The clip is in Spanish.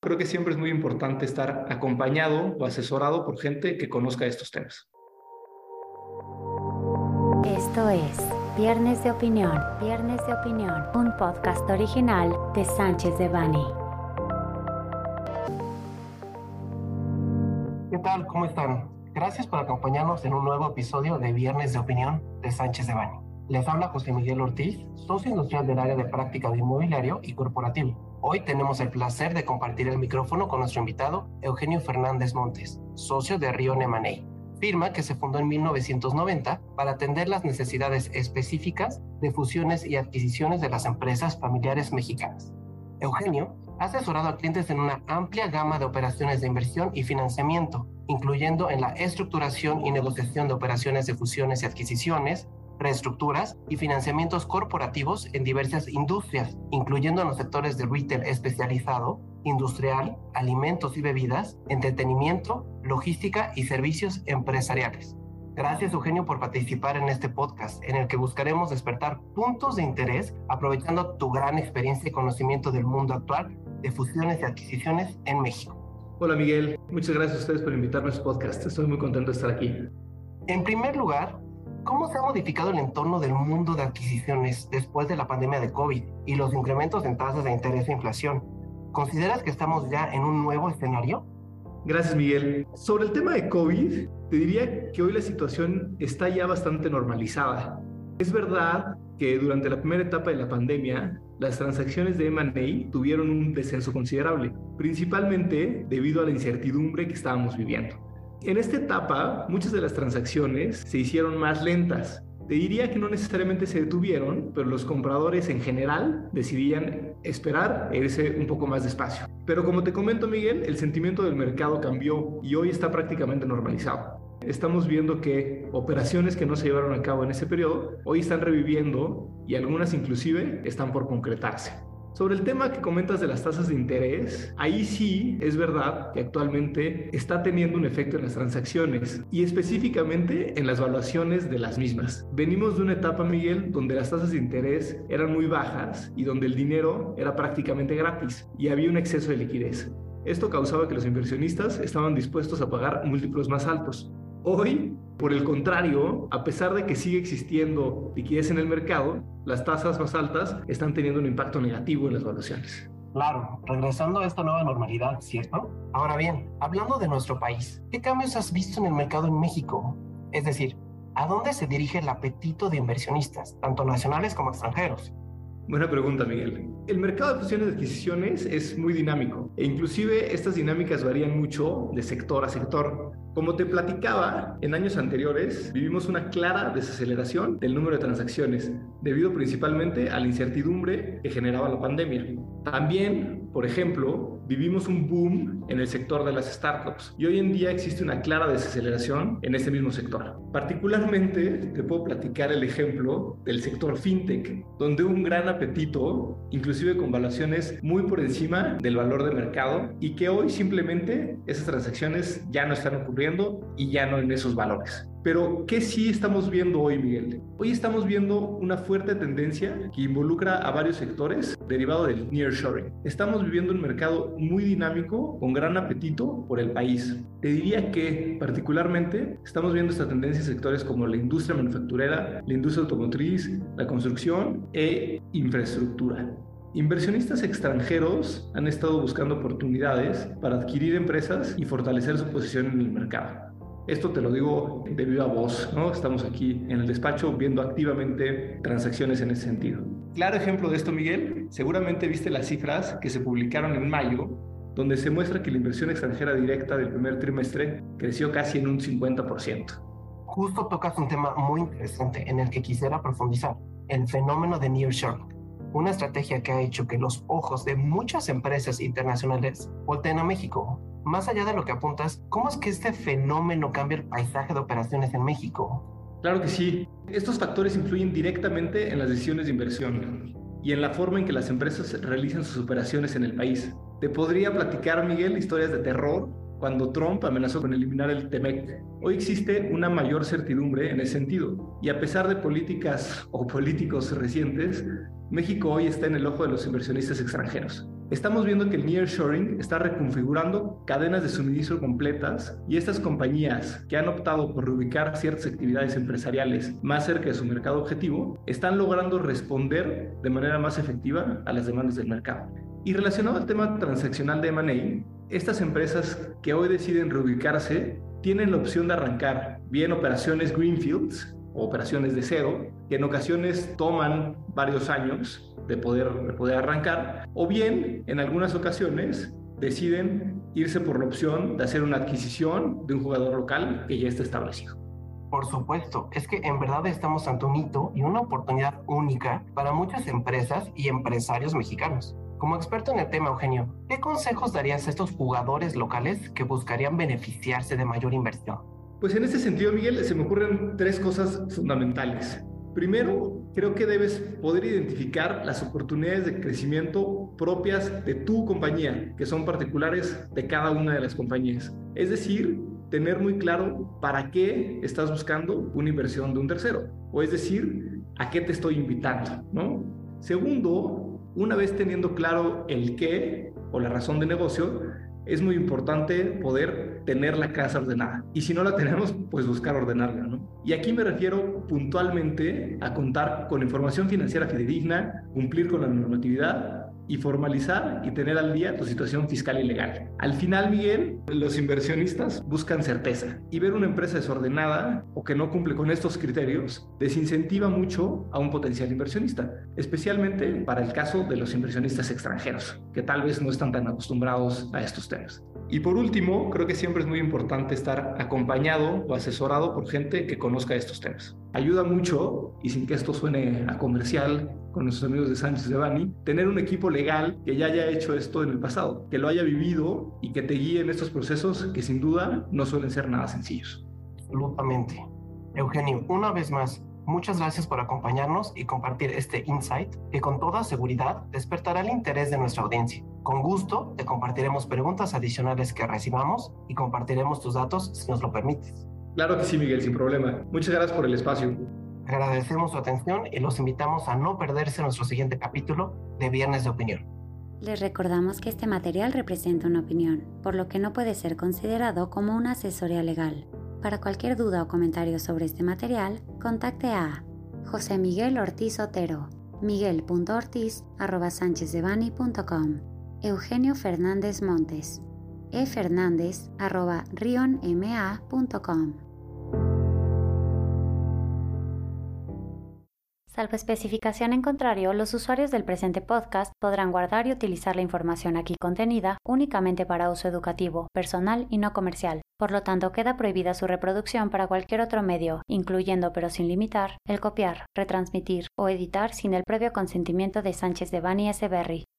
Creo que siempre es muy importante estar acompañado o asesorado por gente que conozca estos temas. Esto es Viernes de Opinión, un podcast original de Sánchez Devanny. ¿Qué tal? ¿Cómo están? Gracias por acompañarnos en un nuevo episodio de Viernes de Opinión de Sánchez Devanny. Les habla José Miguel Ortiz, socio industrial del área de práctica de inmobiliario y corporativo. Hoy tenemos el placer de compartir el micrófono con nuestro invitado, Eugenio Fernández Montes, socio de Rion M&A, firma que se fundó en 1990 para atender las necesidades específicas de fusiones y adquisiciones de las empresas familiares mexicanas. Eugenio ha asesorado a clientes en una amplia gama de operaciones de inversión y financiamiento, incluyendo en la estructuración y negociación de operaciones de fusiones y adquisiciones, reestructuras y financiamientos corporativos en diversas industrias, incluyendo en los sectores de retail especializado, industrial, alimentos y bebidas, entretenimiento, logística y servicios empresariales. Gracias, Eugenio, por participar en este podcast, en el que buscaremos despertar puntos de interés aprovechando tu gran experiencia y conocimiento del mundo actual de fusiones y adquisiciones en México. Hola Miguel, muchas gracias a ustedes por invitarme a su podcast. Estoy muy contento de estar aquí. En primer lugar, ¿cómo se ha modificado el entorno del mundo de adquisiciones después de la pandemia de COVID y los incrementos en tasas de interés e inflación? ¿Consideras que estamos ya en un nuevo escenario? Gracias, Miguel. Sobre el tema de COVID, te diría que hoy la situación está ya bastante normalizada. Es verdad que durante la primera etapa de la pandemia, las transacciones de M&A tuvieron un descenso considerable, principalmente debido a la incertidumbre que estábamos viviendo. En esta etapa, muchas de las transacciones se hicieron más lentas. Te diría que no necesariamente se detuvieron, pero los compradores en general decidían esperar e irse un poco más despacio. Pero como te comento, Miguel, el sentimiento del mercado cambió y hoy está prácticamente normalizado. Estamos viendo que operaciones que no se llevaron a cabo en ese periodo hoy están reviviendo y algunas inclusive están por concretarse. Sobre el tema que comentas de las tasas de interés, ahí sí es verdad que actualmente está teniendo un efecto en las transacciones y específicamente en las valuaciones de las mismas. Venimos de una etapa, Miguel, donde las tasas de interés eran muy bajas y donde el dinero era prácticamente gratis y había un exceso de liquidez. Esto causaba que los inversionistas estaban dispuestos a pagar múltiplos más altos. Hoy, por el contrario, a pesar de que sigue existiendo liquidez en el mercado, las tasas más altas están teniendo un impacto negativo en las valuaciones. Claro, regresando a esta nueva normalidad, ¿cierto? Ahora bien, hablando de nuestro país, ¿qué cambios has visto en el mercado en México? Es decir, ¿a dónde se dirige el apetito de inversionistas, tanto nacionales como extranjeros? Buena pregunta, Miguel. El mercado de fusiones y adquisiciones es muy dinámico e inclusive estas dinámicas varían mucho de sector a sector. Como te platicaba, en años anteriores vivimos una clara desaceleración del número de transacciones, debido principalmente a la incertidumbre que generaba la pandemia. También, por ejemplo, vivimos un boom en el sector de las startups y hoy en día existe una clara desaceleración en este mismo sector. Particularmente te puedo platicar el ejemplo del sector fintech, donde hubo un gran apetito, inclusive con valuaciones muy por encima del valor de mercado y que hoy simplemente esas transacciones ya no están ocurriendo y ya no en esos valores. Pero, ¿qué sí estamos viendo hoy, Miguel? Hoy estamos viendo una fuerte tendencia que involucra a varios sectores derivado del nearshoring. Estamos viviendo un mercado muy dinámico con gran apetito por el país. Te diría que, particularmente, estamos viendo esta tendencia en sectores como la industria manufacturera, la industria automotriz, la construcción e infraestructura. Inversionistas extranjeros han estado buscando oportunidades para adquirir empresas y fortalecer su posición en el mercado. Esto te lo digo de viva voz, ¿no? Estamos aquí en el despacho viendo activamente transacciones en ese sentido. Claro ejemplo de esto, Miguel, seguramente viste las cifras que se publicaron en mayo, donde se muestra que la inversión extranjera directa del primer trimestre creció casi en un 50%. Justo tocas un tema muy interesante en el que quisiera profundizar, el fenómeno de nearshoring. Una estrategia que ha hecho que los ojos de muchas empresas internacionales volteen a México. Más allá de lo que apuntas, ¿cómo es que este fenómeno cambia el paisaje de operaciones en México? Claro que sí. Estos factores influyen directamente en las decisiones de inversión y en la forma en que las empresas realizan sus operaciones en el país. Te podría platicar, Miguel, historias de terror cuando Trump amenazó con eliminar el TEMEC. Hoy existe una mayor certidumbre en ese sentido y a pesar de políticas o políticos recientes, México hoy está en el ojo de los inversionistas extranjeros. Estamos viendo que el nearshoring está reconfigurando cadenas de suministro completas y estas compañías que han optado por reubicar ciertas actividades empresariales más cerca de su mercado objetivo están logrando responder de manera más efectiva a las demandas del mercado. Y relacionado al tema transaccional de M&A, estas empresas que hoy deciden reubicarse tienen la opción de arrancar bien operaciones greenfields o operaciones de cero, que en ocasiones toman varios años de poder arrancar, o bien en algunas ocasiones deciden irse por la opción de hacer una adquisición de un jugador local que ya está establecido. Por supuesto, es que en verdad estamos ante un hito y una oportunidad única para muchas empresas y empresarios mexicanos. Como experto en el tema, Eugenio, ¿qué consejos darías a estos jugadores locales que buscarían beneficiarse de mayor inversión? Pues en este sentido, Miguel, se me ocurren 3 cosas fundamentales. Primero, creo que debes poder identificar las oportunidades de crecimiento propias de tu compañía, que son particulares de cada una de las compañías. Es decir, tener muy claro para qué estás buscando una inversión de un tercero, o es decir, a qué te estoy invitando, ¿no? Segundo, una vez teniendo claro el qué o la razón de negocio, es muy importante poder tener la casa ordenada. Y si no la tenemos, pues buscar ordenarla, ¿no? Y aquí me refiero puntualmente a contar con información financiera fidedigna, cumplir con la normatividad y formalizar y tener al día tu situación fiscal y legal. Al final, Miguel, los inversionistas buscan certeza y ver una empresa desordenada o que no cumple con estos criterios desincentiva mucho a un potencial inversionista, especialmente para el caso de los inversionistas extranjeros, que tal vez no están tan acostumbrados a estos temas. Y por último, creo que siempre es muy importante estar acompañado o asesorado por gente que conozca estos temas. Ayuda mucho, y sin que esto suene a comercial con nuestros amigos de Sánchez de Bani, tener un equipo legal que ya haya hecho esto en el pasado, que lo haya vivido y que te guíe en estos procesos que sin duda no suelen ser nada sencillos. Absolutamente. Eugenio, una vez más, muchas gracias por acompañarnos y compartir este insight que con toda seguridad despertará el interés de nuestra audiencia. Con gusto te compartiremos preguntas adicionales que recibamos y compartiremos tus datos si nos lo permites. Claro que sí, Miguel, sin problema. Muchas gracias por el espacio. Agradecemos su atención y los invitamos a no perderse nuestro siguiente capítulo de Viernes de Opinión. Les recordamos que este material representa una opinión, por lo que no puede ser considerado como una asesoría legal. Para cualquier duda o comentario sobre este material, contacte a José Miguel Ortiz Otero, miguel.ortiz@sanchezdevani.com, Eugenio Fernández Montes, efernandez@rionma.com. Salvo especificación en contrario, los usuarios del presente podcast podrán guardar y utilizar la información aquí contenida únicamente para uso educativo, personal y no comercial. Por lo tanto, queda prohibida su reproducción para cualquier otro medio, incluyendo pero sin limitar, el copiar, retransmitir o editar sin el previo consentimiento de Sánchez de Bani S. Berry.